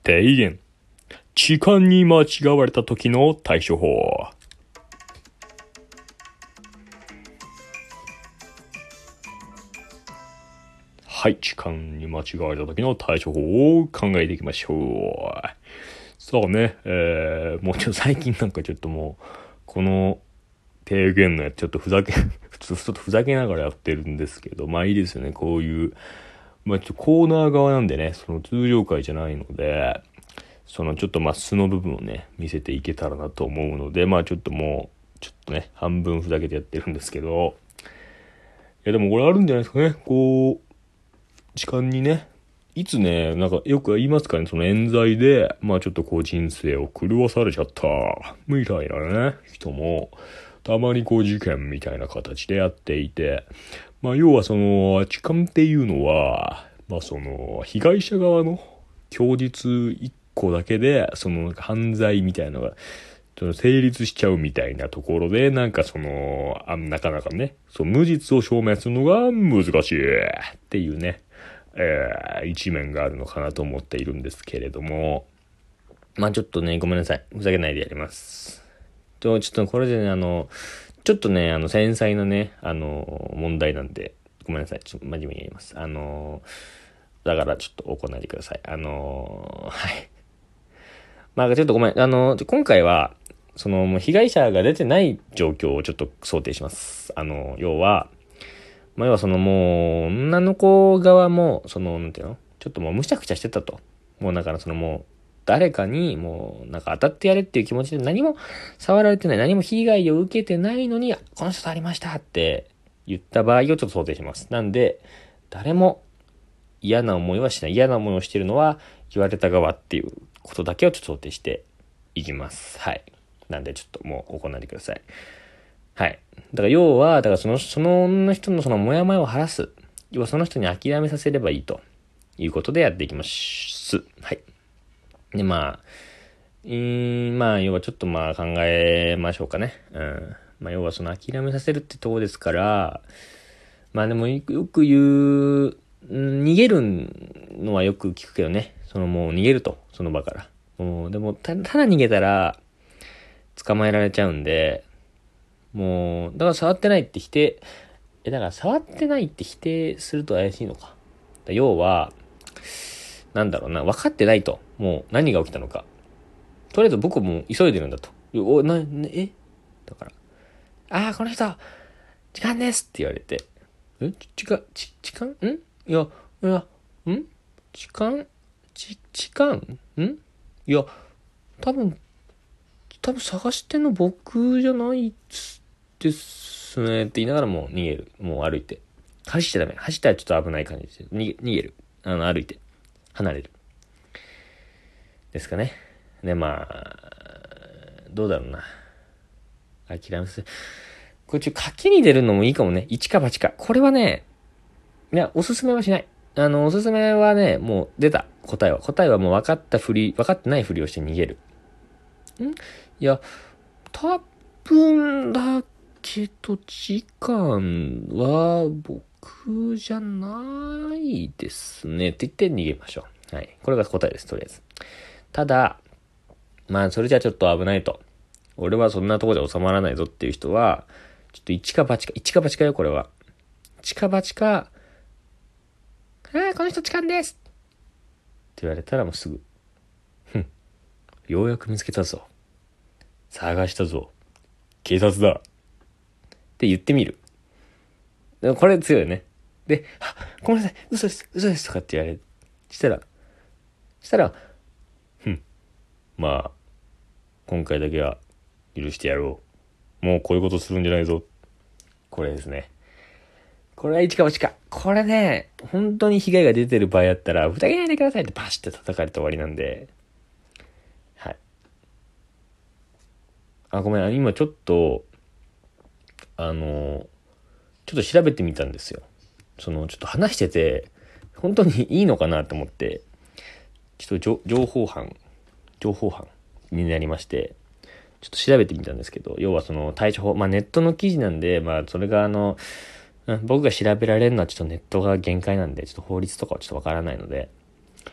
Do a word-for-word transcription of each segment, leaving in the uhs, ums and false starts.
提言。痴漢に間違われた時の対処法。はい、痴漢に間違われた時の対処法を考えていきましょう。そうね、えー、もうちょっと最近なんかちょっともう、この提言のやつちょっとふざけ、普通ちょっとふざけながらやってるんですけど、まあいいですよね、こういう、まあちょっとコーナー側なんでね、その通常回じゃないので、そのちょっとまあ素の部分をね、見せていけたらなと思うので、まあちょっともう、ちょっとね、半分ふざけてやってるんですけど、いやでもこれあるんじゃないですかね、こう、時間にね、いつね、なんかよく言いますかね、その冤罪で、まあちょっとこう人生を狂わされちゃった、みたいなね、人も、たまにこう事件みたいな形でやっていて、まあ要はその、痴漢っていうのは、まあその、被害者側の供述一個だけで、その犯罪みたいなのが、その成立しちゃうみたいなところで、なんかその、あなかなかね、そう無実を証明するのが難しいっていうね、えー、一面があるのかなと思っているんですけれども、まあちょっとね、ごめんなさい。ふざけないでやります。と、ちょっとこれでね、あの、ちょっとね、あの、繊細なね、あの、問題なんで、ごめんなさい。ちょっと真面目にやります。あの、だからちょっと行いでください。あの、はい。まあちょっとごめん。あの、今回は、その、もう被害者が出てない状況をちょっと想定します。あの、要は、まあ、要はそのもう、女の子側も、その、なんていうのちょっともうむしゃくちゃしてたと。もうだからそのもう、誰かにもう、なんか当たってやれっていう気持ちで何も触られてない、何も被害を受けてないのに、この人とありましたって言った場合をちょっと想定します。なんで、誰も嫌な思いはしない。嫌な思いをしているのは言われた側っていうことだけをちょっと想定していきます。はい。なんでちょっともう行いでください。はい。だから要は、だからその、その女の人のそのモヤモヤを晴らす。要はその人に諦めさせればいいということでやっていきます。はい。で、まあ、うーん、まあ、要はちょっとまあ考えましょうかね。うん。まあ、要はその諦めさせるってとこですから、まあでもよく言う、逃げるのはよく聞くけどね。そのもう逃げると、その場から。もう、でもた、ただ逃げたら、捕まえられちゃうんで、もう、だから触ってないって否定、え、だから触ってないって否定すると怪しいのか。要は、なんだろうな、分かってないと。もう何が起きたのか。とりあえず僕も急いでるんだと。お、な、えだから、ああ、この人、時間ですって言われて、んちか、ち、時間んいや、いや、ん時間ち、時間んいや、多分、多分探してんの僕じゃないですねって言いながらもう逃げる。もう歩いて。走っちゃダメ。走ったらちょっと危ない感じです。逃げ、逃げる。あの、歩いて。離れる。ですかね。で、まあ、どうだろうな。諦めさせ。これちょ、賭けに出るのもいいかもね。一か八か。これはね、いや、おすすめはしない。あの、おすすめはね、もう出た。答えは。答えはもう分かったふり、分かってないふりをして逃げる。んいや、多分だけど、時間は僕じゃないですね。って言って逃げましょう。はい。これが答えです、とりあえず。ただ、まあ、それじゃちょっと危ないと。俺はそんなところで収まらないぞっていう人は、ちょっと一か八か、一か八かよ、これは。一か八か、ああ、この人痴漢ですって言われたらもうすぐ、ふん、ようやく見つけたぞ。探したぞ。警察だ。って言ってみる。でもこれ強いよね。で、あ、ごめんなさい、嘘です、嘘ですとかって言われ、したら、したら、ふん、まあ、今回だけは許してやろう。もうこういうことするんじゃないぞ。これですね。これは一か八か。これね、本当に被害が出てる場合だったら、ふざけないでくださいってバシッて叩かれて終わりなんで。はい。あ、ごめん、今ちょっと、あの、ちょっと調べてみたんですよ。その、ちょっと話してて、本当にいいのかなと思って、ちょっと情報班、情報班になりまして、ちょっと調べてみたんですけど、要はその対処法、まあネットの記事なんで、まあそれがあの、僕が調べられるのはちょっとネットが限界なんで、ちょっと法律とかはちょっとわからないので、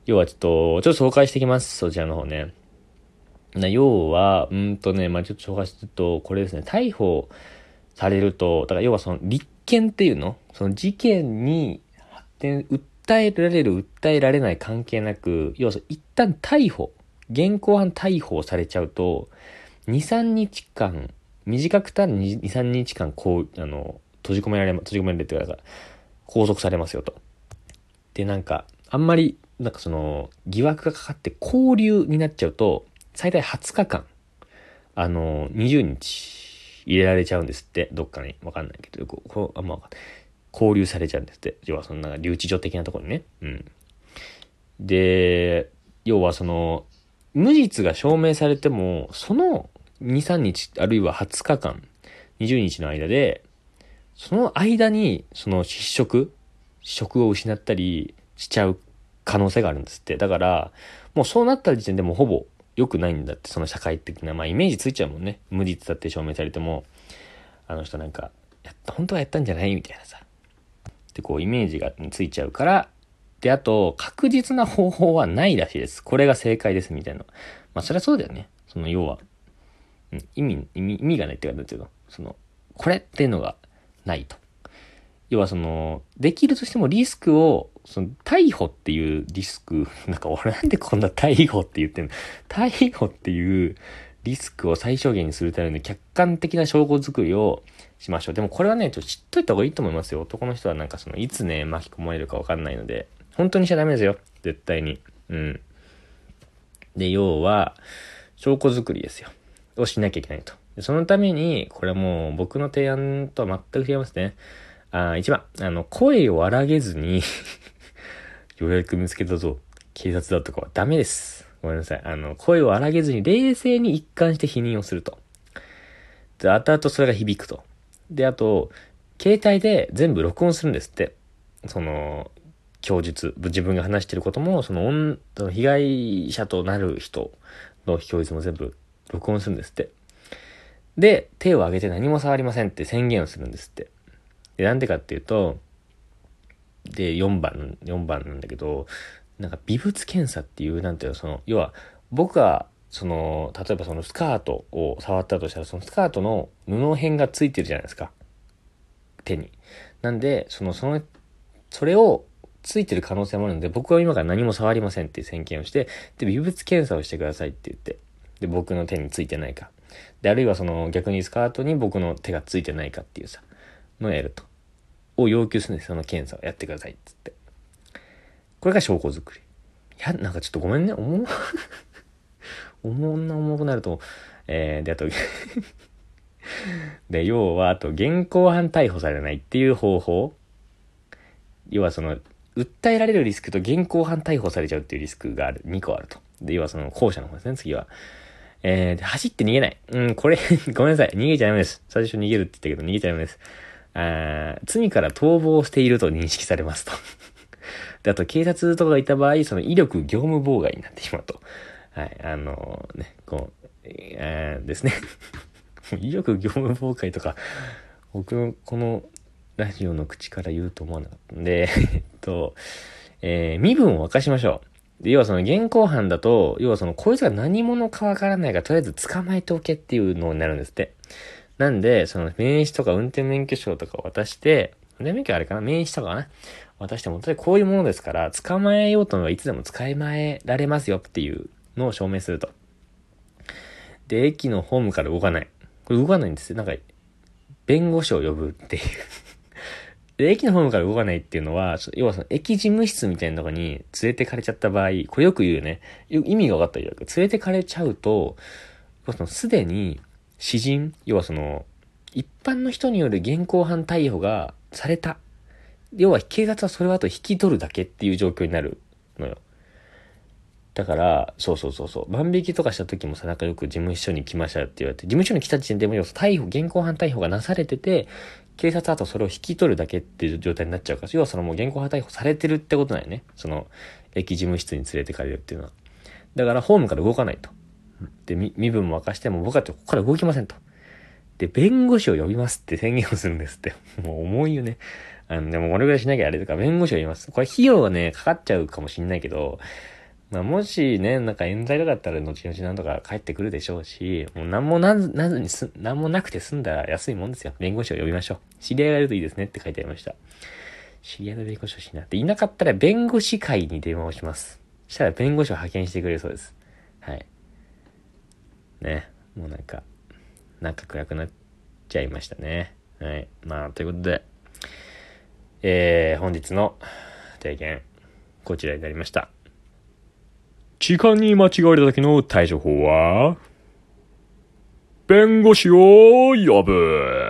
要はちょっと、ちょっと紹介していきます。そちらの方ね。な要は、うんとね、まあちょっと紹介すると、これですね、逮捕されると、だから要はその立件っていうのその事件に発展、訴えられる、訴えられない関係なく、要は一旦逮捕、現行犯逮捕されちゃうと、に、さんにちかん、短くたらに、さんにちかん、こう、あの、閉じ込められ、閉じ込められるっていうか、拘束されますよと。で、なんか、あんまり、なんかその、疑惑がかかって拘留になっちゃうと、最大はつかかん、あの、にじゅうにち入れられちゃうんですって、どっかに。わかんないけど、こう、こうあんま分かんない。拘留されちゃうんですって。要はそんな留置所的なところにね。うん。で、要はその、無実が証明されても、そのに、さんにち、あるいははつかかん、にじゅうにちの間で、その間に、その失職、職を失ったりしちゃう可能性があるんですって。だから、もうそうなった時点でもうほぼ良くないんだって、その社会的な、まあイメージついちゃうもんね。無実だって証明されても、あの人なんか、やった、本当はやったんじゃないみたいなさ。で、こうイメージがついちゃうから、で、あと、確実な方法はないらしいです。これが正解です、みたいな。まあ、そりゃそうだよね。その、要は、うん、意味、意味、意味がないって言われるけど、その、これっていうのがないと。要はその、できるとしてもリスクを、その、逮捕っていうリスク、なんか俺なんでこんな逮捕って言ってんの？逮捕っていうリスクを最小限にするための客観的な証拠作りをしましょう。でもこれはね、ちょっと知っといた方がいいと思いますよ。男の人はなんかその、いつね、巻き込まれるかわかんないので、本当にしちゃダメですよ。絶対に。うん。で、要は、証拠作りですよ。をしなきゃいけないと。でそのために、これはもう僕の提案とは全く違いますね。あ一番、あの、声を荒げずにようやく見つけたぞ。警察だとかはダメです。ごめんなさい。あの、声を荒げずに冷静に一貫して否認をすると。で、後々それが響くと。で、あと、携帯で全部録音するんですって。その、供述、自分が話していることも、その、その被害者となる人の供述も全部録音するんですって。で、手を挙げて何も触りませんって宣言をするんですって。で、なんでかっていうと、で、よんばん、よんばんなんだけど、なんか微物検査っていう、なんていうの、その、要は、僕が、その、例えばそのスカートを触ったとしたら、そのスカートの布片がついてるじゃないですか。手に。なんで、その、その、それを、ついてる可能性もあるので、僕は今から何も触りませんっていう宣言をして、で、微物検査をしてくださいって言って、で、僕の手についてないか。で、あるいはその、逆にスカートに僕の手がついてないかっていうさ、のをやると。を要求するんです。その検査をやってくださいっつって。これが証拠作り。いや、なんかちょっとごめんね。重い。重んな重くなると、えー、で、あと、で、要は、あと、現行犯逮捕されないっていう方法。要はその、訴えられるリスクと現行犯逮捕されちゃうっていうリスクがある。にこあると。で、要はその後者の方ですね、次は。えー、で走って逃げない。うん、これ、ごめんなさい。逃げちゃダメです。最初逃げるって言ったけど、逃げちゃダメです。あ罪から逃亡していると認識されますと。で、あと、警察とかがいた場合、その威力業務妨害になってしまうと。はい、あのー、ね、こう、えー、ですね。威力業務妨害とか、僕のこのラジオの口から言うと思わなかったんで、えっと、えー、身分を明かしましょう。で、要はその現行犯だと、要はそのこいつが何者かわからないが、とりあえず捕まえておけっていうのになるんですって。なんで、その名刺とか運転免許証とか渡して、運転免許あれかな名刺とかかな渡しても、こういうものですから、捕まえようと思えばいつでも捕まえられますよっていうのを証明すると。で、駅のホームから動かない。これ動かないんですよ。なんか、弁護士を呼ぶっていうで。駅のホームから動かないっていうのは、要はその駅事務室みたいなとこに連れてかれちゃった場合、これよく言うよね。意味が分かったら言うけど、連れてかれちゃうと、すでに私人、要はその、一般の人による現行犯逮捕がされた。要は警察はそれをあと引き取るだけっていう状況になるのよ。だから、そうそうそうそう。万引きとかした時もさ、仲良く事務所に来ましたって言われて、事務所に来た時点でも要は逮捕、現行犯逮捕がなされてて、警察はあとそれを引き取るだけっていう状態になっちゃうから、要はそのもう現行犯逮捕されてるってことなんよね。その、駅事務室に連れてかれるっていうのは。だからホームから動かないと。で、身分も明かしても僕はここから動きませんと。で、弁護士を呼びますって宣言をするんですって。もう重いよね。あの、でもこれぐらいしなきゃあれとか、弁護士を呼びます。これ費用はね、かかっちゃうかもしんないけど、 まあ、もしね、なんか冤罪とかだったら後々なんとか帰ってくるでしょうし、もうなんもなず、なずにす、なんもなくて済んだら安いもんですよ。弁護士を呼びましょう。知り合いがいるといいですねって書いてありました。知り合いの弁護士欲しいなっていなかったら弁護士会に電話をします。したら弁護士を派遣してくれるそうです。はい。ね。もうなんか、なんか暗くなっちゃいましたね。はい。まあ、ということで、えー、本日の提言、こちらになりました。痴漢に間違われた時の対処法は、弁護士を呼ぶ。